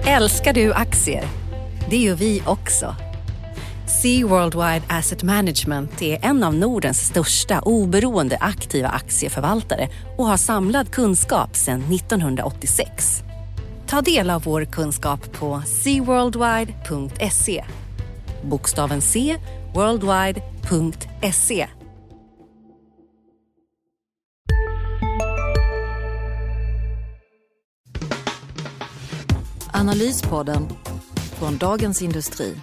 Älskar du aktier? Det gör vi också. Sea Worldwide Asset Management är en av Nordens största oberoende aktiva aktieförvaltare och har samlad kunskap sedan 1986. Ta del av vår kunskap på seaworldwide.se. Bokstaven C, worldwide.se. Analyspodden från Dagens Industri.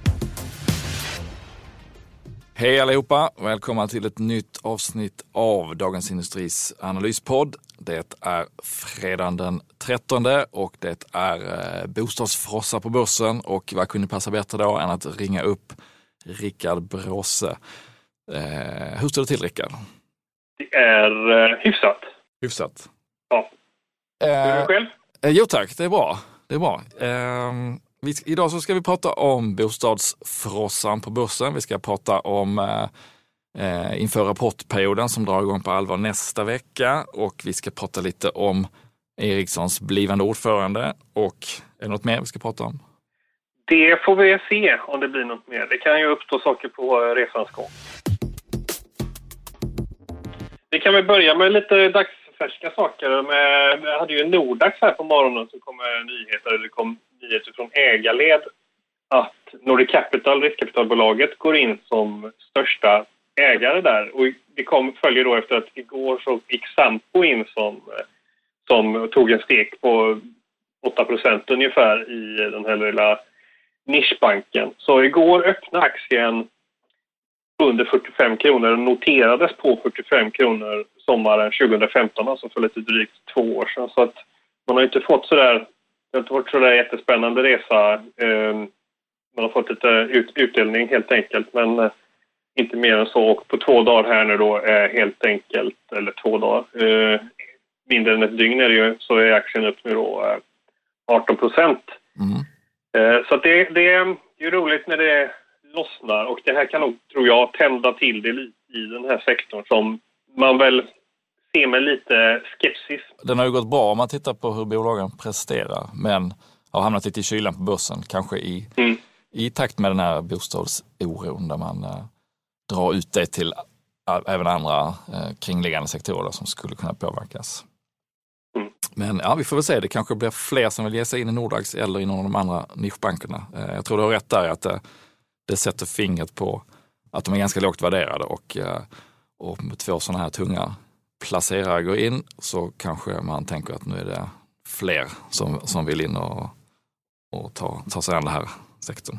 Hej allihopa, välkomna till ett nytt avsnitt av Dagens Industris analyspodd. Det är fredagen den 13 och det är bostadsfrossa på börsen, och vad kunde passa bättre då än att ringa upp Rickard Bråse. Hur står det till, Rickard? Det är hyfsat. Hyfsat? Ja. Hur är du själv? Jo tack, det är bra. Det är bra. Idag så ska vi prata om bostadsfrossan på börsen. Vi ska prata om inför rapportperioden som drar igång på allvar nästa vecka. Och vi ska prata lite om Ericssons blivande ordförande. Och är det något mer vi ska prata om? Det får vi se om det blir något mer. Det kan ju uppstå saker på resans gång. Vi kan väl börja med lite dagsfärska saker. Jag hade ju en Nordax här på morgonen som kom nyheter från ägarled att Nordic Capital, riskkapitalbolaget, går in som största ägare där. Och det följer då efter att igår så gick Sampo in som tog en stek på 8% ungefär i den här lilla nischbanken. Så igår öppnade aktien under 45 kronor och noterades på 45 kronor sommaren 2015, alltså för lite drygt 2 år sedan. Så att man har inte fått det har inte varit sådär jättespännande resa. Man har fått lite utdelning helt enkelt, men inte mer än så. Och på 2 dagar här nu då helt enkelt, eller 2 dagar, mindre än ett dygn är det ju, så är aktien upp nu då 18%. Så att det är ju roligt när det lossnar, och det här kan nog, tror jag, tända till det lite i den här sektorn som man väl ser med lite skepsis. Den har ju gått bra om man tittar på hur bolagen presterar, men har hamnat lite i kylan på börsen, kanske i takt med den här bostadsoron där man drar ut det till även andra kringliggande sektorer som skulle kunna påverkas. Men ja, vi får väl se. Det kanske blir fler som vill ge sig in i Nordax eller i någon av de andra nischbankerna. Jag tror du har rätt där att det sätter fingret på att de är ganska lågt värderade, och med 2 sådana här tunga placerare går in så kanske man tänker att nu är det fler som vill in och ta sig an den här sektorn.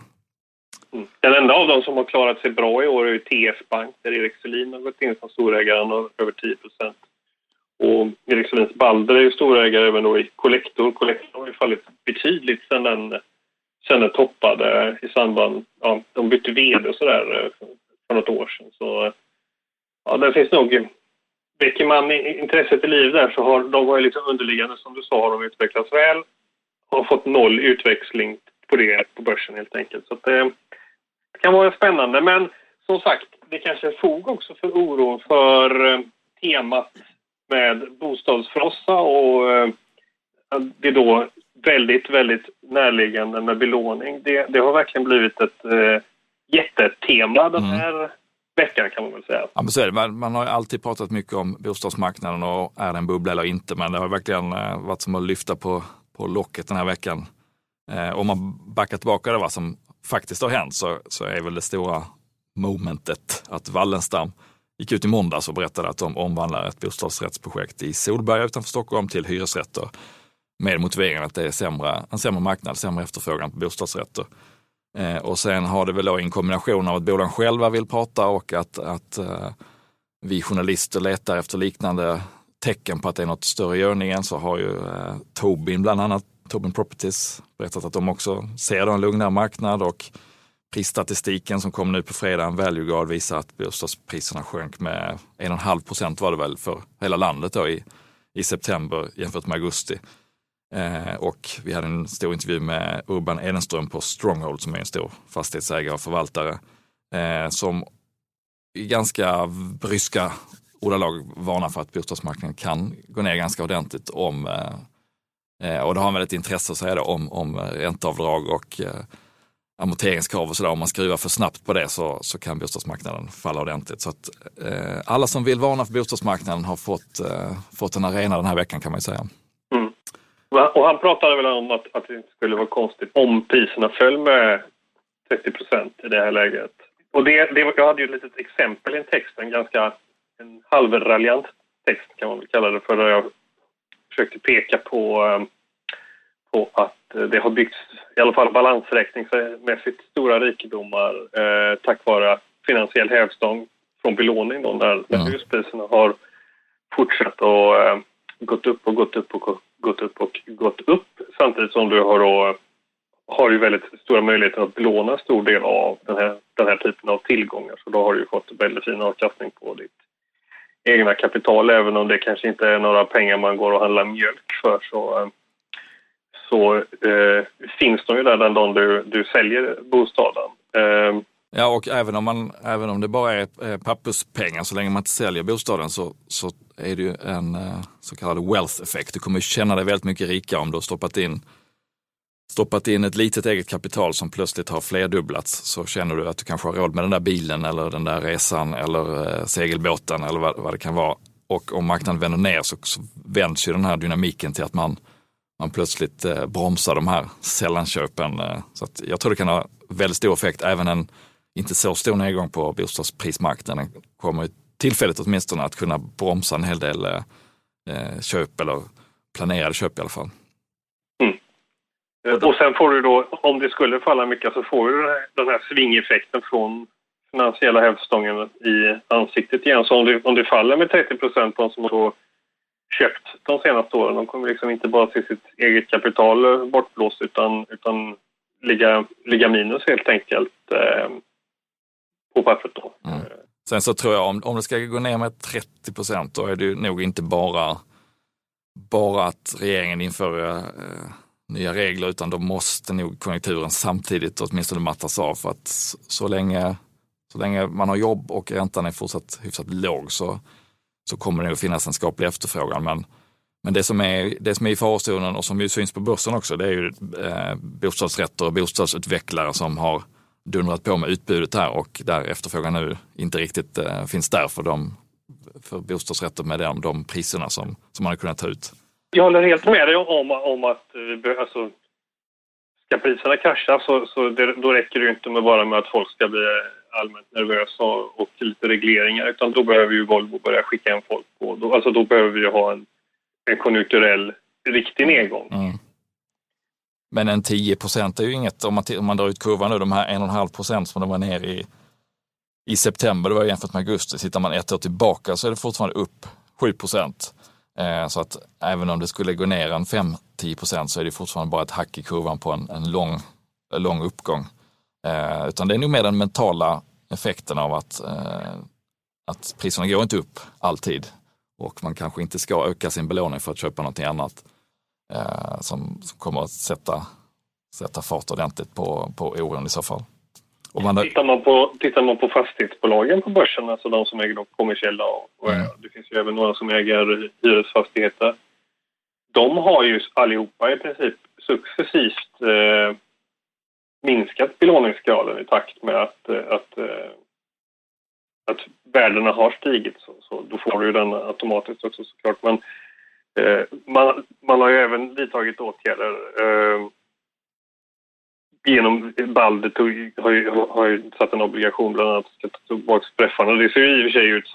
Den enda av dem som har klarat sig bra i år är ju TF Bank, där Erik Selin har gått in som storägaren och över 10%. Och Erik Selins Balder är ju storägare även då i Collector. Collector har ju fallit betydligt sedan den toppade i samband, de bytte vd och sådär för något år sedan. Så ja, det finns nog, väcker man intresset i liv där, så har de varit liksom underliggande, som du sa, har de utvecklats väl och har fått 0 utväxling på det på börsen helt enkelt. Så att det kan vara spännande, men som sagt, det kanske är fog också för oro för temat med bostadsfrossa, och det är då väldigt, väldigt närliggande med belåning. Det har verkligen blivit ett jättetema den här veckan, kan man väl säga. Ja, men så är det. Man har ju alltid pratat mycket om bostadsmarknaden och är det en bubbla eller inte, men det har verkligen varit som att lyfta på locket den här veckan. Om man backar tillbaka det vad som faktiskt har hänt, så är väl det stora momentet att Wallenstam gick ut i måndags och berättade att de omvandlar ett bostadsrättsprojekt i Solberga utanför Stockholm till hyresrätter, med motiveringen att det är en sämre marknad, sämre efterfrågan på bostadsrätter. Och sen har det väl då en kombination av att bolagen själva vill prata och att vi journalister letar efter liknande tecken på att det är något större i görningen, så har ju Tobin, bland annat Tobin Properties, berättat att de också ser en lugnare marknad, och prisstatistiken som kom nu på fredag, en value guard, visar att bostadspriserna sjönk med 1,5% var det väl för hela landet då i september jämfört med augusti. Och vi hade en stor intervju med Urban Edenström på Stronghold, som är en stor fastighetsägare och förvaltare, som i ganska bryska ordalag varnar för att bostadsmarknaden kan gå ner ganska ordentligt om Och då har man väl ett intresse att säga om ränteavdrag och amorteringskrav och sådär. Om man skruvar för snabbt på det så kan bostadsmarknaden falla ordentligt. Så att alla som vill varna för bostadsmarknaden har fått en arena den här veckan, kan man ju säga. Mm. Och han pratade väl om att det inte skulle vara konstigt om priserna föll med 30% i det här läget. Och jag hade ju ett litet exempel i en text, en halvraljant text kan man väl kalla det för, där jag försökte peka på att det har byggts i alla fall balansräkningsmässigt stora rikedomar tack vare finansiell hävstång från belåning då, när huspriserna har fortsatt och gått upp samtidigt som du har ju väldigt stora möjligheter att belåna en stor del av den här typen av tillgångar. Så då har du ju fått väldigt fin avkastning på ditt egna kapital, även om det kanske inte är några pengar man går och handlar mjölk för, så finns de ju där den dagen du säljer bostaden. Ja, och även om det bara är papperspengar, så länge man inte säljer bostaden så är det ju en så kallad wealth effect. Du kommer känna dig väldigt mycket rikare om du har stoppat in ett litet eget kapital som plötsligt har flerdubblats. Så känner du att du kanske har råd med den där bilen eller den där resan eller segelbåten eller vad det kan vara. Och om marknaden vänder ner så vänds ju den här dynamiken till att man plötsligt bromsar de här sällanköpen. Så att jag tror det kan ha väldigt stor effekt. Även en inte så stor nedgång på bostadsprismarknaden kommer tillfälligt åtminstone att kunna bromsa en hel del köp eller planerade köp i alla fall. Och sen får du då, om det skulle falla mycket, så får du den här svingeffekten från finansiella hävstången i ansiktet igen. Så om det faller med 30% på de som har köpt de senaste åren, de kommer liksom inte bara se sitt eget kapital bortblåst utan ligga minus helt enkelt på pappret då. Mm. Sen så tror jag om det ska gå ner med 30%, då är det ju nog inte bara att regeringen inför nya regler, utan då måste nog konjunkturen samtidigt åtminstone mattas av, för att så länge man har jobb och räntan är fortsatt hyfsat låg så kommer det nog finnas en skaplig efterfrågan. Men det som är i farozonen och som ju syns på börsen också, det är ju bostadsrätter och bostadsutvecklare som har dundrat på med utbudet här, och där efterfrågan nu inte riktigt finns där för bostadsrätter med de priserna som man har kunnat ta ut. Jag håller helt med dig om att alltså, ska priserna krascha då räcker det ju inte bara med att folk ska bli allmänt nervösa och lite regleringar, utan då behöver ju Volvo börja skicka en folk på. Då behöver vi ha en konjunkturell riktig nedgång. Mm. Men en 10% är ju inget, om man drar ut kurvan nu, de här 1,5% som det var ner i september, det var jämfört med augusti, sitter man ett år tillbaka så är det fortfarande upp 7%. Så att även om det skulle gå ner en 5-10% så är det fortfarande bara ett hack i kurvan på en lång uppgång. Utan det är nog mer den mentala effekten av att priserna går inte upp alltid, och man kanske inte ska öka sin belåning för att köpa någonting annat som kommer att sätta fart ordentligt på oron i så fall. Tittar man på fastighetsbolagen på börsen, alltså de som äger de kommersiella och det finns ju även några som äger hyresfastigheter. De har ju allihopa i princip successivt minskat belåningsgraden i takt med att värdena har stigit. Så då får du ju den automatiskt också såklart. Men man har ju även vidtagit åtgärder genom Balder har ju satt en obligation bland annat att ta tillbaka preffarna. Det ser ju i och för sig ut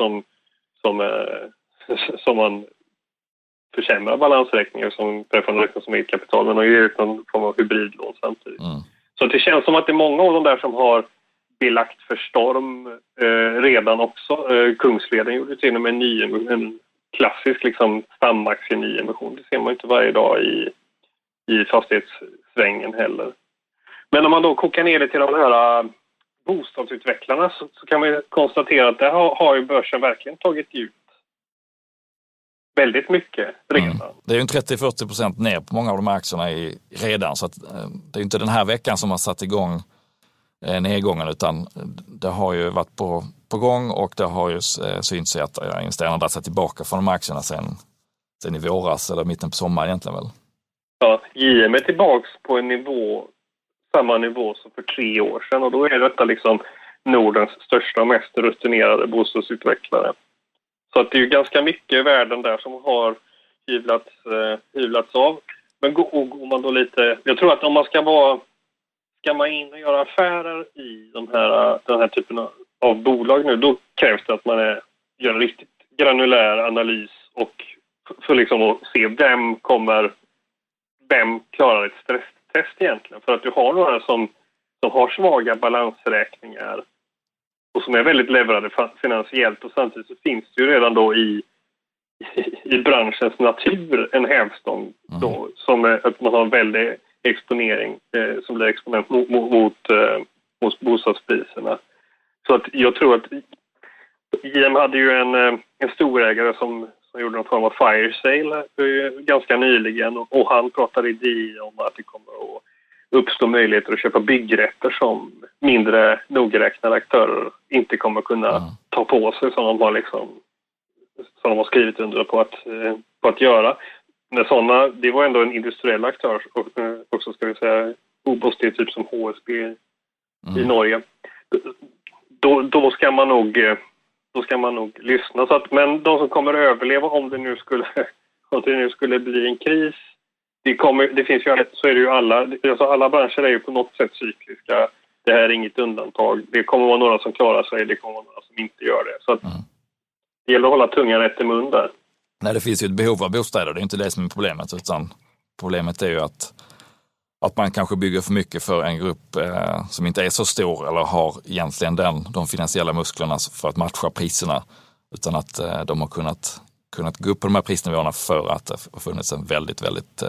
som man försämrar balansräkningar som preffarna räknas som eget kapital, men har ju ut någon form av hybridlån samtidigt. Mm. Så det känns som att det är många av de där som har belagt för storm redan också. Kungsleden gjorde till och med en klassisk liksom stamaktie nyemission. Det ser man inte varje dag i fastighetssvängen heller. Men om man då kokar ner det till de här bostadsutvecklarna så kan man konstatera att det har ju börsen verkligen tagit ut väldigt mycket redan. Mm. Det är ju en 30-40% ner på många av de här aktierna redan, så att det är inte den här veckan som har satt igång nedgången, utan det har ju varit på gång, och det har ju synts sig att investerarna har dragit sig tillbaka från de här aktierna sen i våras eller mitten på sommaren egentligen väl. Ja, JM är tillbaks på en nivå, samma nivå som för 3 år sedan, och då är detta liksom Nordens största och mest rutinerade bostadsutvecklare. Så att det är ju ganska mycket i världen där som har hyvlats av. Men går man då lite, jag tror att om man ska man in och göra affärer i den här typen av bolag nu, då krävs det att man gör en riktigt granulär analys och för liksom att se vem klarar ett stresstest egentligen. För att du har några som har svaga balansräkningar och som är väldigt leverade finansiellt, och samtidigt så finns det ju redan då i branschens natur en hävstång då, som är att man har en väldig exponering som blir exponent mot bostadspriserna. Så att jag tror att JM hade ju en storägare som gjorde någon form av fire sale ganska nyligen, och han pratade i DI om att det kommer att uppstå möjligheter att köpa byggrätter som mindre nogräknade aktörer inte kommer kunna ta på sig, som de har skrivit under på att göra. Men det var ändå en industriell aktör också, ska vi säga, obostig typ som HSB i Norge. Då ska man nog lyssna. Så att, men de som kommer att överleva om det nu skulle bli en kris, det finns ju, så är det ju alla branscher är ju på något sätt cykliska. Det här är inget undantag. Det kommer vara några som klarar sig, det kommer vara några som inte gör det. Så att det gäller att hålla tungan rätt i mun där. Nej, det finns ju ett behov av bostäder. Det är inte det som är problemet, utan problemet är ju att man kanske bygger för mycket för en grupp som inte är så stor eller har egentligen de finansiella musklerna för att matcha priserna, utan att de har kunnat gå upp på de här prisnivåerna för att det har funnits en väldigt, väldigt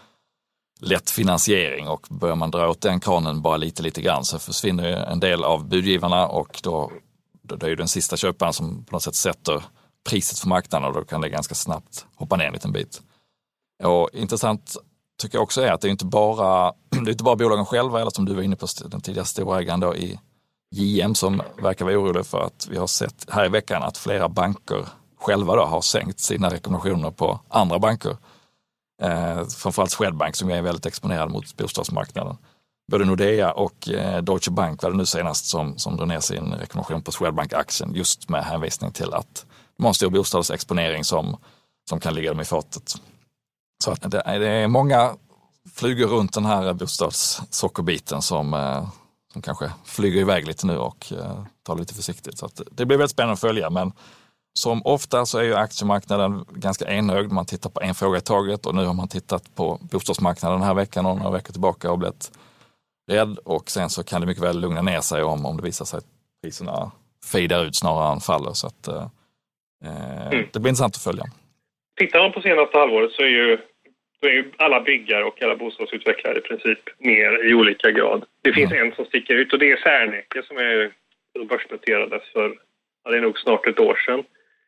lätt finansiering, och börjar man dra åt den kranen bara lite grann så försvinner ju en del av budgivarna, och då är ju den sista köparen som på något sätt sätter priset för marknaden, och då kan det ganska snabbt hoppa ner en liten bit. Och intressant tycker jag också är att det är inte bara bolagen själva, eller som du var inne på, den tidigare storägaren då i JM, som verkar vara orolig för att vi har sett här i veckan att flera banker själva då har sänkt sina rekommendationer på andra banker. Framförallt Swedbank, som är väldigt exponerad mot bostadsmarknaden. Både Nordea och Deutsche Bank var det nu senast som drog ner sin rekommendation på Swedbank-aktien, just med hänvisning till att de har en stor bostadsexponering som kan ligga dem i fatet. Så att det är många flyger runt den här bostadssockerbiten som kanske flyger iväg lite nu och tar lite försiktigt. Så att det blir väldigt spännande att följa, men som ofta så är ju aktiemarknaden ganska enögd. Man tittar på en fråga i taget, och nu har man tittat på bostadsmarknaden den här veckan och några veckor tillbaka och blivit rädd, och sen så kan det mycket väl lugna ner sig om det visar sig att priserna fejdar ut snarare än faller. Så att det blir intressant att följa. Tittar man på senaste halvåret så är ju alla byggare och alla bostadsutvecklare i princip ner i olika grad. Det finns en som sticker ut, och det är Serneke som är börsnoterades för, det är nog snart ett år sedan.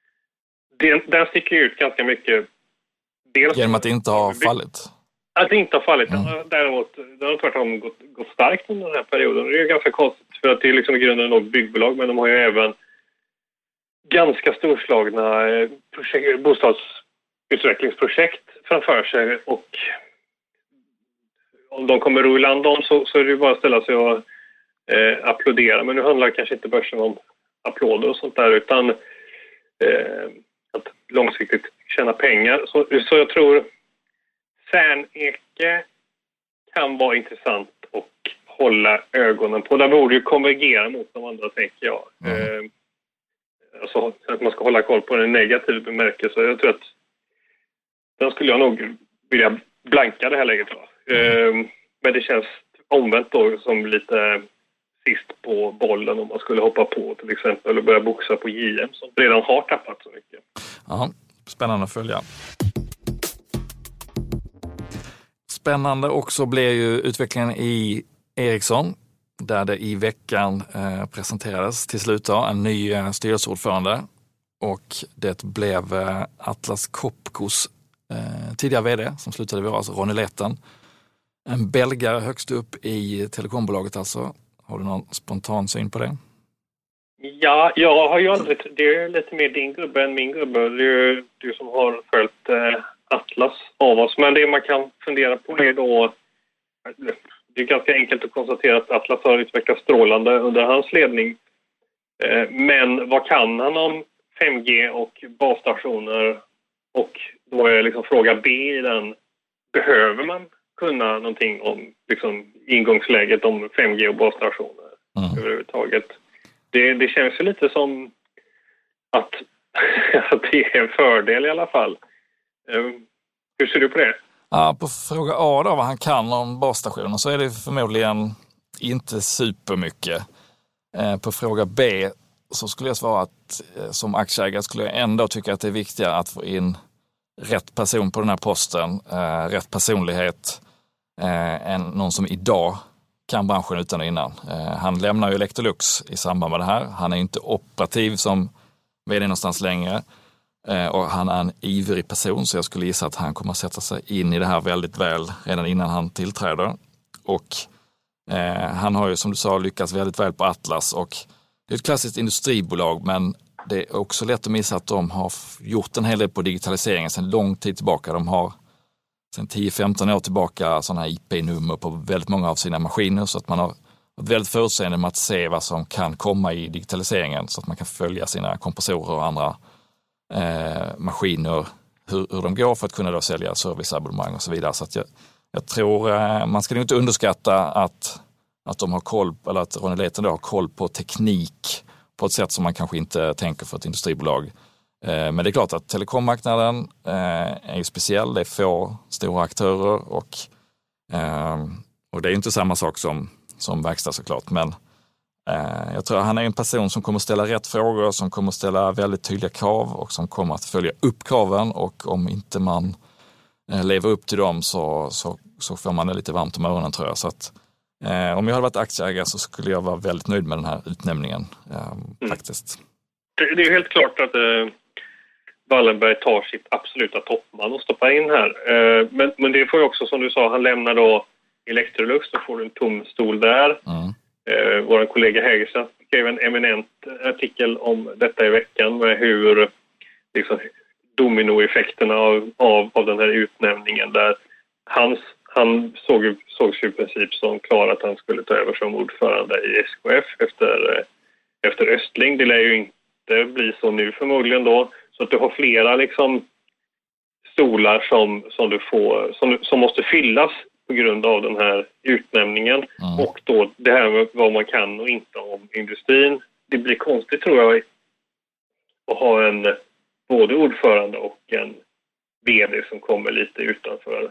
Den sticker ut ganska mycket. Dels genom att det inte har fallit? Att det inte har fallit. Däremot, det har tvärtom gått starkt under den här perioden. Det är ganska konstigt, för att det är liksom i grunden något byggbolag, men de har ju även ganska storslagna bostadsutvecklingsprojekt framför sig, och om de kommer ro i land om så är det ju bara att ställa sig och applådera. Men nu handlar kanske inte börsen om applåder och sånt där, utan att långsiktigt tjäna pengar. Så jag tror Serneke kan vara intressant och hålla ögonen på. Där borde ju konvergera mot de andra, tänker jag. Alltså att man ska hålla koll på en negativ bemärkelse. Jag tror att den skulle jag nog vilja blanka det här läget. Men det känns omvänt då som lite sist på bollen om man skulle hoppa på till exempel och börja boxa på JM som redan har tappat så mycket. Ja, spännande att följa. Spännande också blir ju utvecklingen i Ericsson, där det i veckan presenterades till slut en ny styrelseordförande, och det blev Atlas Copcos tidigare vd som slutade i våras, Ronny Leten. En belgare högst upp i telekombolaget alltså. Har du någon spontan syn på det? Ja, jag har ju aldrig, det är lite mer din gubbe än min gubbe. Det är ju du som har följt Atlas av oss. Men det man kan fundera på är då, det är ganska enkelt att konstatera att Atlas har utvecklats strålande under hans ledning. Men vad kan han om 5G och basstationer? Och då är liksom fråga B i den, behöver man kunna någonting om liksom ingångsläget om 5G och basstationer överhuvudtaget? Det känns ju lite som att det är en fördel i alla fall. Hur ser du på det? Ja, på fråga A då, vad han kan om basstationer, så är det förmodligen inte supermycket. På fråga B så skulle jag svara att som aktieägare skulle jag ändå tycka att det är viktigare att få in rätt person på den här posten, rätt personlighet, än någon som idag kan branschen utan och innan. Han lämnar ju Electrolux i samband med det här. Han är inte operativ som vd någonstans längre. Och han är en ivrig person, så jag skulle gissa att han kommer att sätta sig in i det här väldigt väl redan innan han tillträder. Och han har ju, som du sa, lyckats väldigt väl på Atlas, och det är ett klassiskt industribolag, men det är också lätt att missa att de har gjort en hel del på digitaliseringen sedan lång tid tillbaka. De har sedan 10-15 år tillbaka sådana här IP-nummer på väldigt många av sina maskiner, så att man har varit väldigt förutseende med att se vad som kan komma i digitaliseringen, så att man kan följa sina kompressorer och andra maskiner, hur de går, för att kunna då sälja serviceabonnemang och så vidare. Så att jag tror man ska nog inte underskatta att de har koll, eller att Ronny Leten då har koll på teknik på ett sätt som man kanske inte tänker för ett industribolag. Men det är klart att telekommarknaden är ju speciell. Det är få stora aktörer, och det är ju inte samma sak som verkstad såklart. Men jag tror att han är en person som kommer att ställa rätt frågor, som kommer att ställa väldigt tydliga krav och som kommer att följa upp kraven, och om inte man lever upp till dem så får man det lite varmt om öronen, tror jag. Så att om jag hade varit aktieägare så skulle jag vara väldigt nöjd med den här utnämningen faktiskt. Det är helt klart att Wallenberg tar sitt absoluta toppman och stoppar in här. Men det får ju också, som du sa, han lämnar då Electrolux, då får du en tom stol där. Vår kollega Hägerström skrev en eminent artikel om detta i veckan, med hur liksom, dominoeffekterna av den här utnämningen, där han sågs ju i princip som klar att han skulle ta över som ordförande i SKF efter Östling. Det lär ju inte bli så nu förmodligen då, så att du har flera liksom stolar som du får, som måste fyllas på grund av den här utnämningen. Och då det här med vad man kan och inte om industrin. Det blir konstigt, tror jag, att ha en både ordförande och en vd som kommer lite utanför.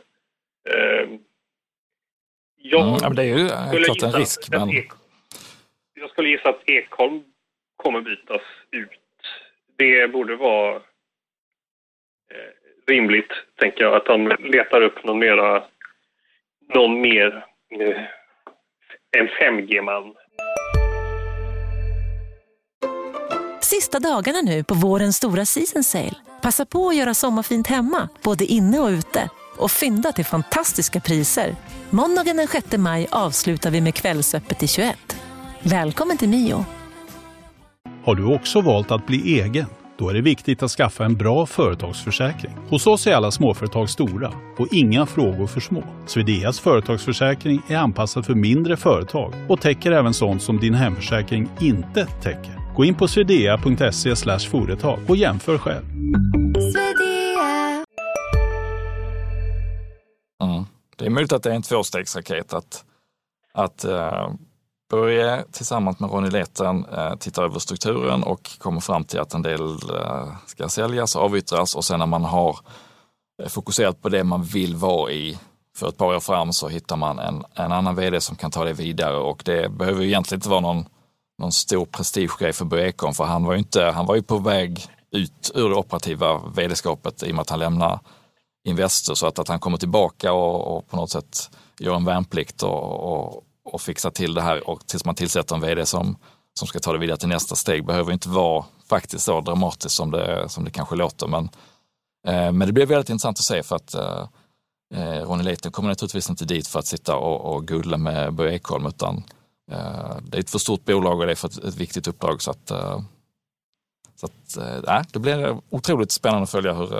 Men det är ju klart en risk. Jag skulle gissa att Ekholm kommer bytas ut. Det borde vara rimligt, tänker jag, att han letar upp någon mer en 5G-man. Sista dagarna nu på vårens stora season sale. Passa på att göra sommarfint hemma, både inne och ute. Och fynda till fantastiska priser. Måndagen den 6 maj avslutar vi med Kvällsöppet i 21. Välkommen till Mio. Har du också valt att bli egen? Då är det viktigt att skaffa en bra företagsförsäkring. Hos oss är alla småföretag stora och inga frågor för små. Swedeas företagsförsäkring är anpassad för mindre företag och täcker även sånt som din hemförsäkring inte täcker. Gå in på swedea.se/företag och jämför själv. Det är möjligt att det är en tvåstegsraket att Börje tillsammans med Ronny Leten tittar över strukturen och kommer fram till att en del ska säljas och avyttras, och sen när man har fokuserat på det man vill vara i för ett par år fram, så hittar man en annan vd som kan ta det vidare, och det behöver egentligen inte vara någon stor prestigegrej för Börje Ekholm, för han var ju på väg ut ur det operativa vd-skapet i och med att han lämnar Investor, så att han kommer tillbaka och på något sätt gör en värnplikt och fixar till det här, och tills man tillsätter en vd som ska ta det vidare till nästa steg behöver inte vara faktiskt så dramatiskt som det kanske låter, men det blir väldigt intressant att se, för att Ronny Leten kommer naturligtvis inte dit för att sitta och gulla med Börje Ekholm, utan det är ett för stort bolag och det är för ett viktigt uppdrag, så att det blir otroligt spännande att följa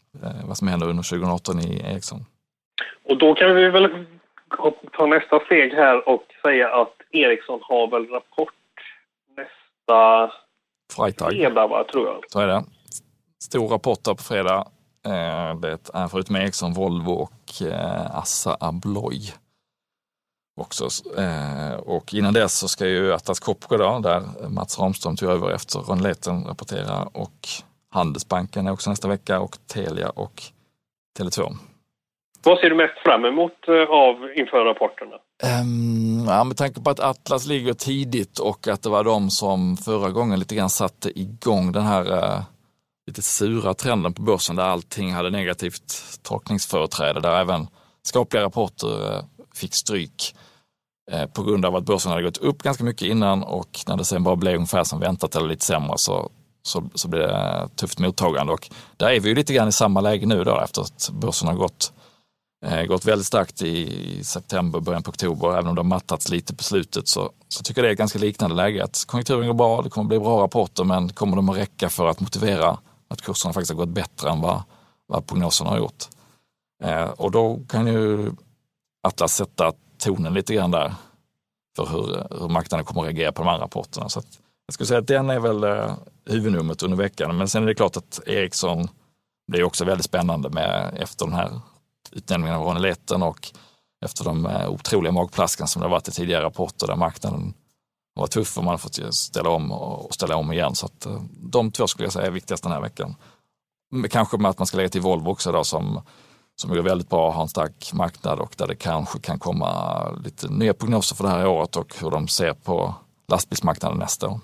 vad som händer under 2018 i Ericsson. Och då kan vi väl ta nästa steg här och säga att Ericsson har väl rapport nästa fredag, va, tror jag. Så är det. Stor rapport på fredag. Det är förutom Ericsson, Volvo och Assa Abloy också. Och innan dess så ska ju Atlas Copco då, där Mats Ramström tog över efter Ron Leten, rapportera, och Handelsbanken är också nästa vecka, och Telia och Tele2. Vad ser du mest fram emot inför rapporterna? Med tanke på att Atlas ligger tidigt och att det var de som förra gången lite grann satte igång den här lite sura trenden på börsen där allting hade negativt tolkningsföreträde, där även skapliga rapporter fick stryk på grund av att börsen hade gått upp ganska mycket innan, och när det sen bara blev ungefär som väntat eller lite sämre så blev det tufft mottagande. Och där är vi ju lite grann i samma läge nu då, efter att börsen har gått väldigt starkt i september, början på oktober. Även om det har mattats lite på slutet så tycker jag det är ett ganska liknande läge, att konjunkturen går bra, det kommer bli bra rapporter, men kommer de att räcka för att motivera att kurserna faktiskt har gått bättre än vad prognoserna har gjort? Och då kan ju Atlas sätta tonen lite grann där för hur marknaden kommer att reagera på de här rapporterna. Så att jag skulle säga att den är väl huvudnumret under veckan. Men sen är det klart att Ericsson blir också väldigt spännande med efter den här utnämningen av Ron Leten och efter de otroliga magplaskan som det har varit i tidigare rapporter där marknaden var tuff och man har fått ställa om igen. Så att de två skulle jag säga är viktigast den här veckan. Kanske med att man ska lägga till Volvo också då, som går väldigt bra, har en stark marknad och där det kanske kan komma lite nya prognoser för det här året och hur de ser på lastbilsmarknaden nästa år.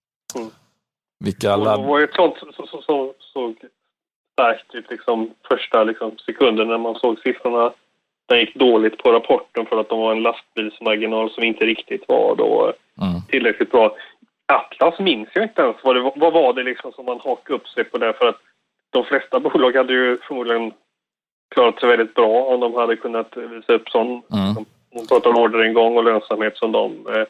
Det var ju ett sånt som såg starkt ut liksom, första sekunden när man såg siffrorna. Den gick dåligt på rapporten för att de var en lastbilsmarginal som inte riktigt var då tillräckligt bra. Atlas minns jag inte ens vad var det liksom som man hakade upp sig på det, för att de flesta bolag hade ju förmodligen klarat sig väldigt bra om de hade kunnat visa upp sån pratar om orderingång och lönsamhet som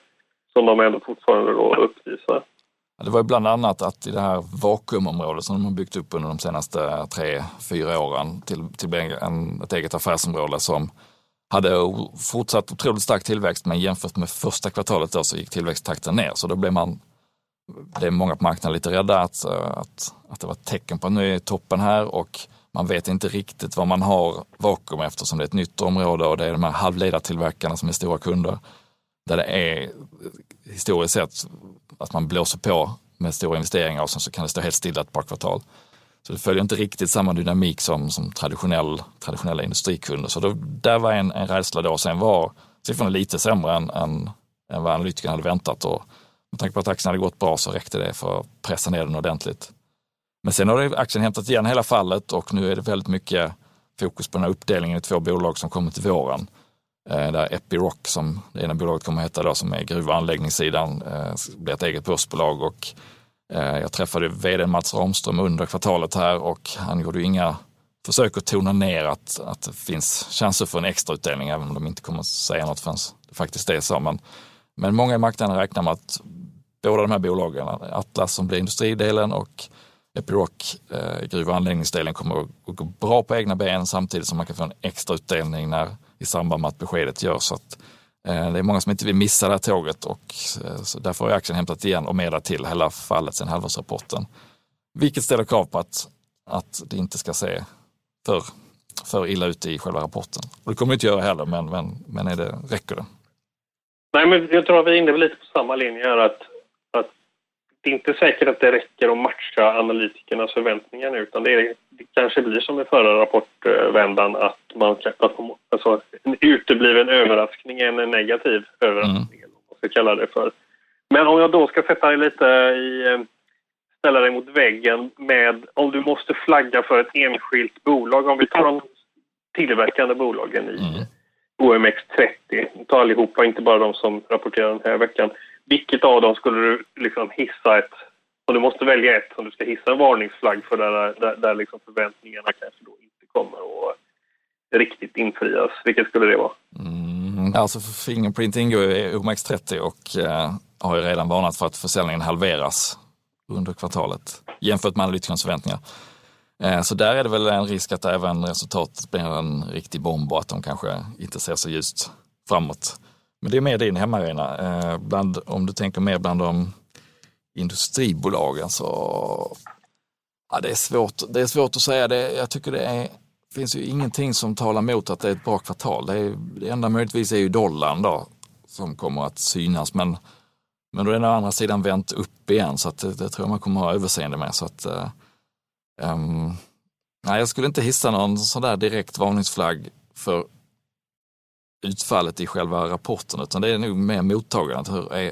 de ändå fortfarande då uppvisar. Det var ju bland annat att i det här vakuumområdet som de har byggt upp under de senaste 3-4 åren till ett eget affärsområde som hade fortsatt otroligt stark tillväxt, men jämfört med första kvartalet då så gick tillväxttakten ner. Så då blev många på marknaden lite rädda att det var ett tecken på att nu är toppen här, och man vet inte riktigt vad man har vakuum eftersom det är ett nytt område och det är de här halvledartillverkarna som är stora kunder. Där det är historiskt sett att man blåser på med stora investeringar och så kan det stå helt stilla ett par kvartal. Så det följer inte riktigt samma dynamik som traditionella industrikunder. Så där var en rädsla då. Sen var siffrorna lite sämre än vad analytikerna hade väntat. Och med tanke på att aktien hade gått bra så räckte det för att pressa ner den ordentligt. Men sen har aktien hämtat igen hela fallet och nu är det väldigt mycket fokus på den här uppdelningen i 2 bolag som kommer till våren. Där Epiroc, som det ena bolaget kommer att heta då, som är gruv- och anläggningssidan, blir ett eget börsbolag, och jag träffade vd Mats Ramström under kvartalet här och han gjorde ju inga försök att tona ner att det finns chanser för en extra utdelning, även om de inte kommer att säga något förrän det faktiskt är så. Men många i marknaden räknar med att båda de här bolagen, Atlas som blir industridelen och Epiroc, gruv- och anläggningsdelen, kommer att gå bra på egna ben samtidigt som man kan få en extra utdelning i samband med att beskedet görs. Så att, det är många som inte vill missa det här tåget, och så därför har aktien hämtat igen och mer till hela fallet sen halvårsrapporten. Vilket ställer krav på att det inte ska se för illa ut i själva rapporten. Och det kommer det inte göra heller, men räcker det? Nej, men jag tror att vi är inne lite på samma linje här, att det är inte säkert att det räcker att matcha analytikernas förväntningar nu, utan det kanske blir som i förra rapportvändan att alltså en utebliven överraskning är en negativ överraskning, eller vad man ska kalla det för. Men om jag då ska sätta dig ställa dig mot väggen med, om du måste flagga för ett enskilt bolag, om vi tar de tillverkande bolagen i OMX30, ta allihopa, inte bara de som rapporterar den här veckan. Vilket av dem skulle du hissa och du måste välja ett som du ska hissa en varningsflagg för där förväntningarna kanske då inte kommer att riktigt infrias? Vilket skulle det vara? Alltså Fingerprint ingår i OMX30 och har ju redan varnat för att försäljningen halveras under kvartalet jämfört med analytikernas förväntningar. Så där är det väl en risk att även resultatet blir en riktig bomb och att de kanske inte ser så ljust framåt. Men det är mer din hemmaarena. Om du tänker mer bland de industribolagen så det är svårt att säga. Jag tycker det finns ju ingenting som talar emot att det är ett bra kvartal. Det enda möjligtvis är ju dollarn då, som kommer att synas. Men då är den å andra sidan vänt upp igen, så att det tror jag man kommer att ha överseende med. Så att, jag skulle inte hissa någon sån där direkt varningsflagg för utfallet i själva rapporten, utan det är nog mer mottagandet.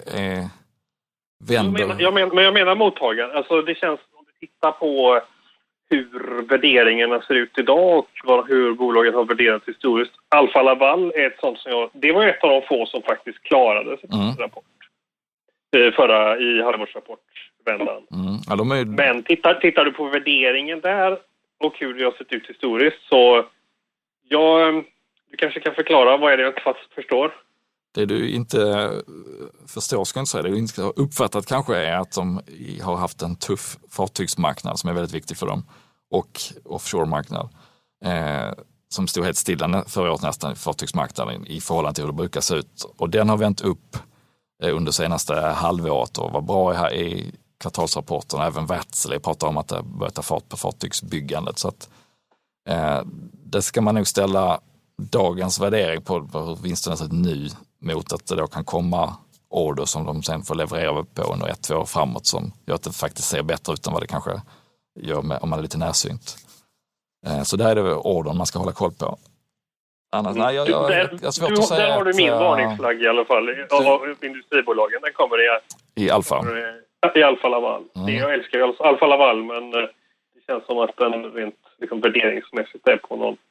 Jag menar mottagaren. Alltså det känns, om du tittar på hur värderingarna ser ut idag och hur bolaget har värderats historiskt. Alfa Laval är ett sånt som det var ett av de få som faktiskt klarade sin rapport. Förra i halvårsrapportvändan. Men tittar du på värderingen där och hur det har sett ut historiskt, så du kanske kan förklara vad är det jag inte förstår? Det du inte förstår, ska jag inte säga, det du inte har uppfattat kanske är att de har haft en tuff fartygsmarknad som är väldigt viktig för dem, och offshore-marknad som stod helt stilla förra året nästan i fartygsmarknaden i förhållande till hur det brukar se ut. Och den har vänt upp under senaste halvåret och var bra här i kvartalsrapporten. Även Wärtsilä pratar om att det börjar ta fart på fartygsbyggandet. Så att det ska man nog ställa dagens värdering på hur vinsten ser ut nu mot att det då kan komma order som de sen får leverera på under 1-2 år framåt, som gör att det faktiskt ser bättre ut än vad det kanske gör om man är lite närsynt. Så där är det ordern man ska hålla koll på. Annars, jag har svårt att säga. Där har du min varningsflagg i alla fall av industribolagen. Den kommer i Alfa. I Alfa Laval. Jag älskar ju Alfa Laval, men det känns som att den rent liksom värderingsmässigt är på någon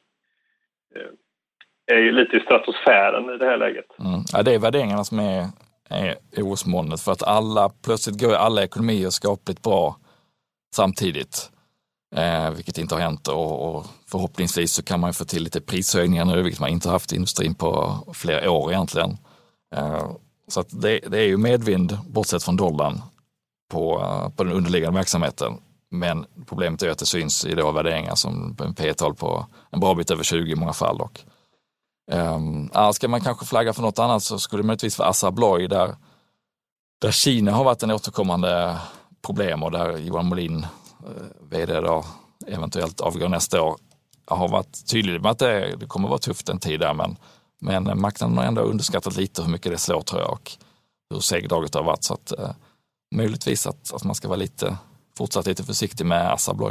är ju lite i stratosfären i det här läget. Ja, det är värderingarna som är orosmolnet, för att plötsligt går alla ekonomier skapligt bra samtidigt. Vilket inte har hänt, och förhoppningsvis så kan man få till lite prishöjningar nu, vilket man inte har haft i industrin på flera år egentligen. Så att det är ju medvind bortsett från dollarn på den underliggande verksamheten. Men problemet är att det syns i värderingar som en P-tal på en bra bit över 20 i många fall. Och ska man kanske flagga för något annat, så skulle det möjligtvis vara Assa Abloy, där Kina har varit en återkommande problem, och där Johan Molin, vd då, eventuellt avgår nästa år, har varit tydlig med att det kommer vara tufft en tid där, men marknaden har ändå underskattat lite hur mycket det slår, tror jag, och hur segdraget det har varit, så att möjligtvis att man ska vara fortsatt lite försiktig med Assa Abloy.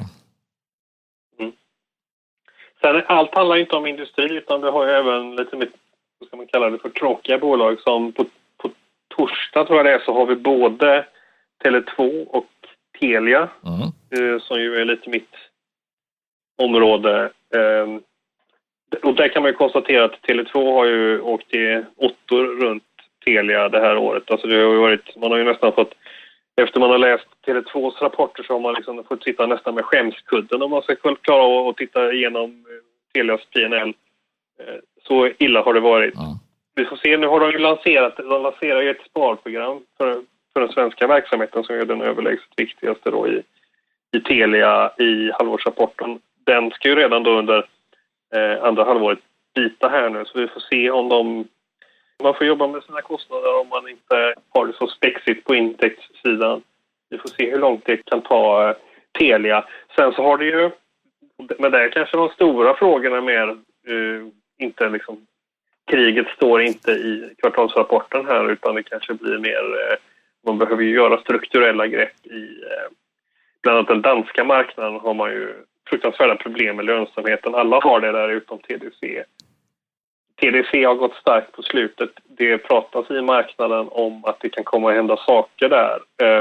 Sen allt handlar inte om industri, utan vi har ju även lite mer, vad ska man kalla det för, tråkiga bolag, som på torsdag tror jag det är, så har vi både Tele2 och Telia, som ju är lite mitt område. Och där kan man ju konstatera att Tele2 har ju åkt i 8 runt Telia det här året. Alltså det har ju varit, man har ju nästan fått, efter man har läst Tele2s rapporter, så har man liksom fått sitta nästan med skämskudden om man ska klara att titta igenom Telias P&L. Så illa har det varit. Vi får se, nu har de ju lanserar ju ett sparprogram för den svenska verksamheten, som är den överlägset viktigaste då i Telia i halvårsrapporten. Den ska ju redan då under andra halvåret bita här nu, så vi får se om man får jobba med sina kostnader om man inte har det så spexigt på intäktssidan. Vi får se hur långt det kan ta Telia. Sen så har det ju, men där kanske de stora frågorna mer inte liksom, kriget står inte i kvartalsrapporten här, utan det kanske blir mer, man behöver ju göra strukturella grepp i bland annat den danska marknaden har man ju fruktansvärda problem med lönsamheten. Alla har det där utom TDC. TDC har gått starkt på slutet. Det pratas i marknaden om att det kan komma att hända saker där.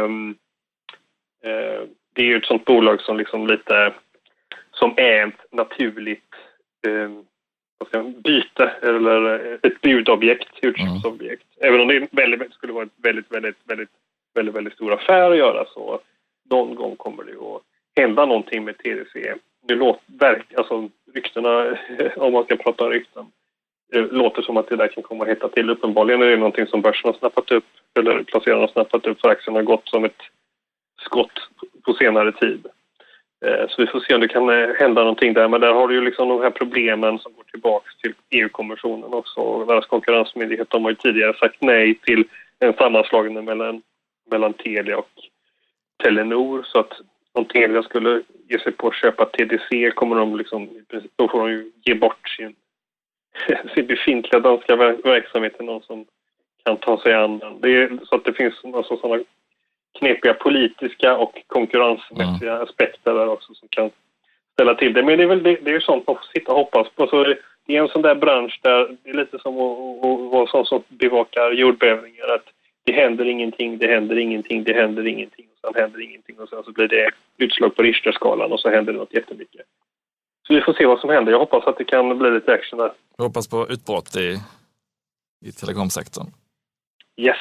Det är ju ett sånt bolag som liksom lite, som är ett naturligt byte eller ett budobjekt, utköpsobjekt. Även om det skulle vara ett väldigt stor affär att göra, så någon gång kommer det att hända någonting med TDC. Det alltså ryktena, om man ska prata rykten, det låter som att det där kan komma att hetta till. Uppenbarligen är det någonting som börsen har snappat upp, eller placerarna har snappat upp, för aktien har gått som ett skott på senare tid. Så vi får se om det kan hända någonting där. Men där har du ju liksom de här problemen som går tillbaka till EU-kommissionen också. Och deras konkurrensmyndighet, de har ju tidigare sagt nej till en sammanslagning mellan Telia och Telenor. Så att om Telia skulle ge sig på att köpa TDC kommer de liksom, då får de ju ge bort sin befintliga danska verksamhet till någon som kan ta sig an den. Det är, så att det finns alltså sådana knepiga politiska och konkurrensmässiga aspekter där också som kan ställa till det. Men det är väl det är sånt man får sitta och hoppas på. Så det är en sån där bransch där det är lite som att vara sån som bevakar jordbävningar, att det händer ingenting och sen händer ingenting och sen så blir det utslag på Richterskalan och så händer det något jättemycket. Så vi får se vad som händer. Jag hoppas att det kan bli lite action där. Jag hoppas på utbrott i telekomsektorn. Yes.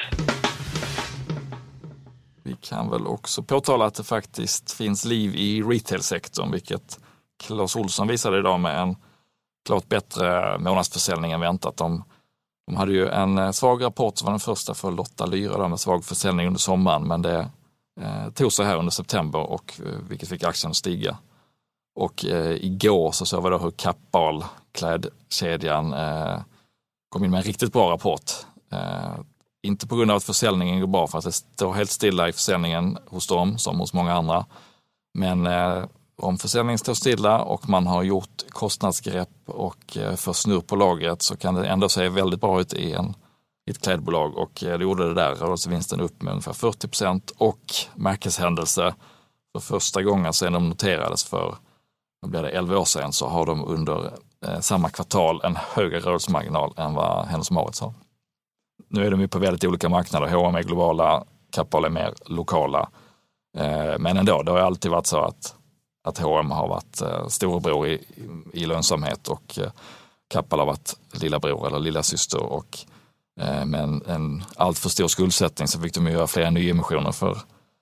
Vi kan väl också påtala att det faktiskt finns liv i retailsektorn, vilket Claes Olsson visade idag med en klart bättre månadsförsäljning än väntat. De hade ju en svag rapport som var den första för Lotta Lyra med svag försäljning under sommaren, men det tog sig här under september och vilket fick aktien att stiga. Och igår så såg vi då hur Kappahl, klädkedjan, kom in med en riktigt bra rapport. Inte på grund av att försäljningen går bra, för att det står helt stilla i försäljningen hos dem som hos många andra. Men om försäljningen står stilla och man har gjort kostnadsgrepp och för snurr på lagret, så kan det ändå se väldigt bra ut i ett klädbolag. Och det gjorde det där, och så vinsten upp med ungefär 40%. Och märkeshändelse för första gången sedan de noterades för, då blir det 11 år sedan, så har de under samma kvartal en högre rörelsemarginal än vad Hennes & Mauritz har. Nu är de ju på väldigt olika marknader. H&M är globala, Kappahl är mer lokala. Men ändå, det har alltid varit så att H&M har varit storebror i lönsamhet och Kappahl har varit lillabror eller lilla syster. Och med en allt för stor skuldsättning så fick de göra flera nyemissioner för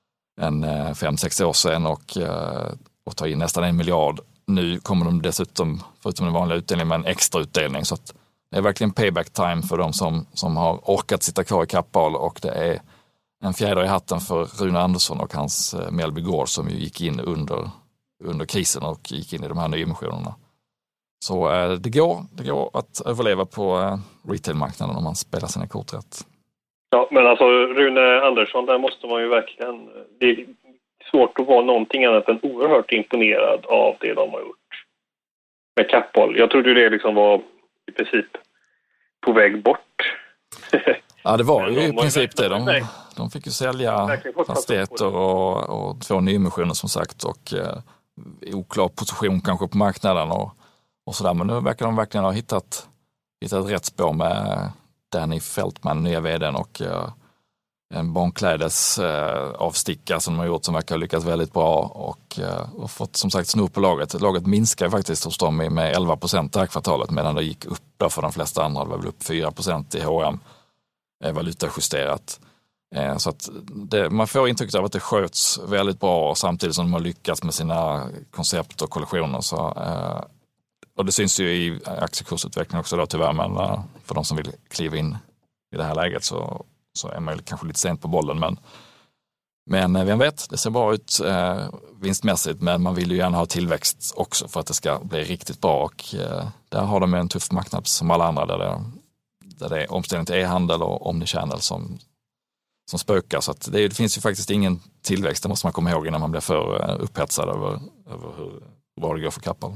5-6 år sedan och ta in nästan 1 miljard. Nu kommer de dessutom, förutom den vanliga utdelningen, med en extra utdelning. Så att det är verkligen payback time för de som har orkat sitta kvar i Kappahl, och det är en fjäder i hatten för Rune Andersson och hans Mellby Gård som ju gick in under krisen och gick in i de här nyemissionerna. Så det går att överleva på retailmarknaden om man spelar sina kort rätt. Ja, men alltså Rune Andersson, där måste man ju verkligen, det är svårt att vara någonting annat än oerhört imponerad av det de har gjort med Kappahl. Jag trodde det liksom var i princip på väg bort. Ja, det var ju i princip det. De fick ju sälja fastigheter och 2 nyemissioner som sagt, och oklar position kanske på marknaden och sådär. Men nu verkar de verkligen ha hittat rätt spår med Danny Fältman, nya vdn, och en barnklädes avsticka som de har gjort som verkar ha lyckats väldigt bra och fått som sagt snurr på laget. Laget minskar faktiskt hos dem med 11% det här kvartalet, medan det gick upp där för de flesta andra. Det var väl upp 4% i H&M valutajusterat. Så att man får intrycket av att det sköts väldigt bra samtidigt som de har lyckats med sina koncept och kollektioner. Och det syns ju i aktiekursutvecklingen också då tyvärr, men för de som vill kliva in i det här läget så är man kanske lite sent på bollen. Men vem vet, det ser bra ut vinstmässigt, men man vill ju gärna ha tillväxt också för att det ska bli riktigt bra. Och där har de en tuff marknad som alla andra där det är omställning till e-handel och omnichannel som spökar. Så att det finns ju faktiskt ingen tillväxt, det måste man komma ihåg innan man blir för upphetsad över hur bra det går för Kappahl.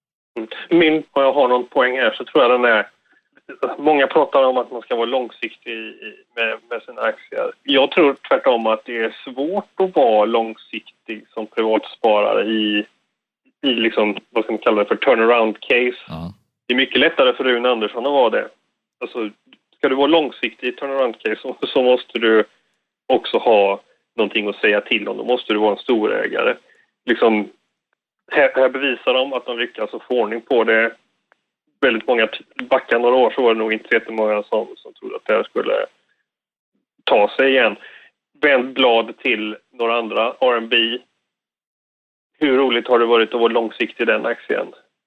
Om jag har någon poäng här så tror jag den är, många pratar om att man ska vara långsiktig med sina aktier. Jag tror tvärtom att det är svårt att vara långsiktig som privatsparare i liksom, vad ska man kalla det för, turnaround case. Ja. Det är mycket lättare för Rune Andersson att vara det. Alltså, ska du vara långsiktig i turnaround case så måste du också ha någonting att säga till om. Då måste du vara en storägare. Liksom, här bevisar de att de lyckas få ordning på det. Väldigt många, backa några år så var det nog inte jättemånga som trodde att det här skulle ta sig igen. Vänd blad till några andra, R&B. Hur roligt har det varit att vara långsiktig i den aktien?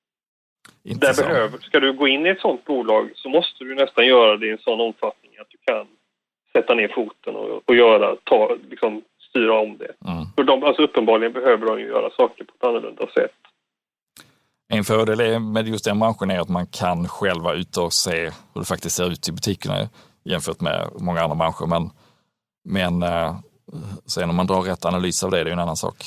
Ska du gå in i ett sånt bolag så måste du nästan göra det i en sån omfattning att du kan sätta ner foten och styra om det. För alltså uppenbarligen behöver de ju göra saker på ett annorlunda sätt. En fördel med just den branschen är att man kan själv vara ute och se hur det faktiskt ser ut i butikerna jämfört med många andra branscher. Men sen om man drar rätt analys av det är en annan sak.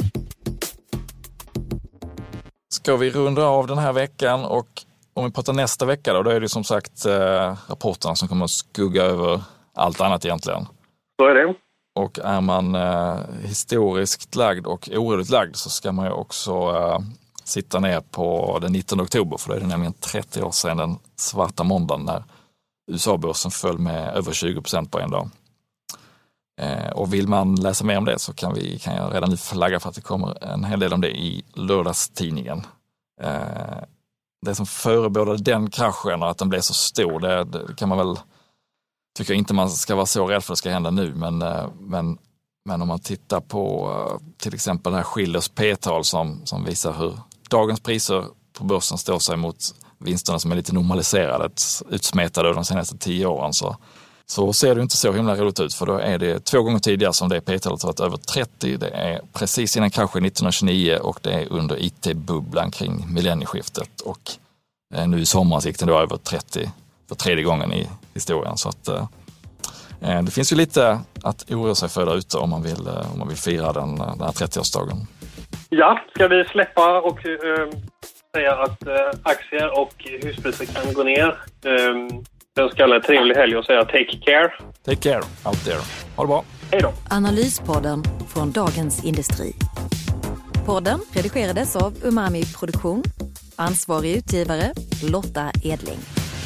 Ska vi runda av den här veckan, och om vi pratar nästa vecka då är det som sagt rapporterna som kommer att skugga över allt annat egentligen. Så är det. Och är man historiskt lagd och oroligt lagd så ska man ju också sitta ner på den 19 oktober, för då är det nämligen 30 år sedan den svarta måndagen när USA-börsen föll med över 20% på en dag. Och vill man läsa mer om det så kan jag redan nu flagga för att det kommer en hel del om det i lördagstidningen. Det som förebådade den kraschen och att den blev så stor, det kan man väl tycka inte man ska vara så rädd för att det ska hända nu, men om man tittar på till exempel den här Schillers P-tal som visar hur dagens priser på börsen står sig mot vinsterna som är lite normaliserade, utsmetade de senaste 10 åren, så ser det inte så himla roligt ut, för då är det 2 gånger tidigare som det P-talet har varit över 30. Det är precis innan kraschen 1929 och det är under IT-bubblan kring millennieskiftet, och nu i somras gick den då över 30 för 3:e gången i historien. Så att det finns ju lite att oroa sig för där ute om man vill fira den här 30-årsdagen. Ja, ska vi släppa och säga att aktier och huspriser kan gå ner. Jag ska alla en trevlig helg och säga take care. Take care out there. Ha det bra. Hej då. Analyspodden från Dagens Industri. Podden redigerades av Umami Produktion. Ansvarig utgivare Lotta Edling.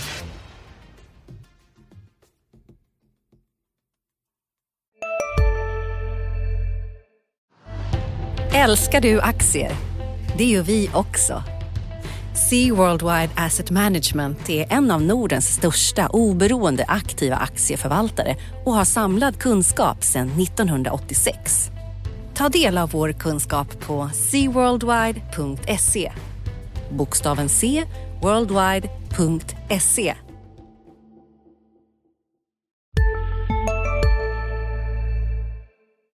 Älskar du aktier? Det gör vi också. Sea Worldwide Asset Management är en av Nordens största oberoende aktiva aktieförvaltare och har samlad kunskap sedan 1986. Ta del av vår kunskap på seaworldwide.se. Bokstaven C, worldwide.se.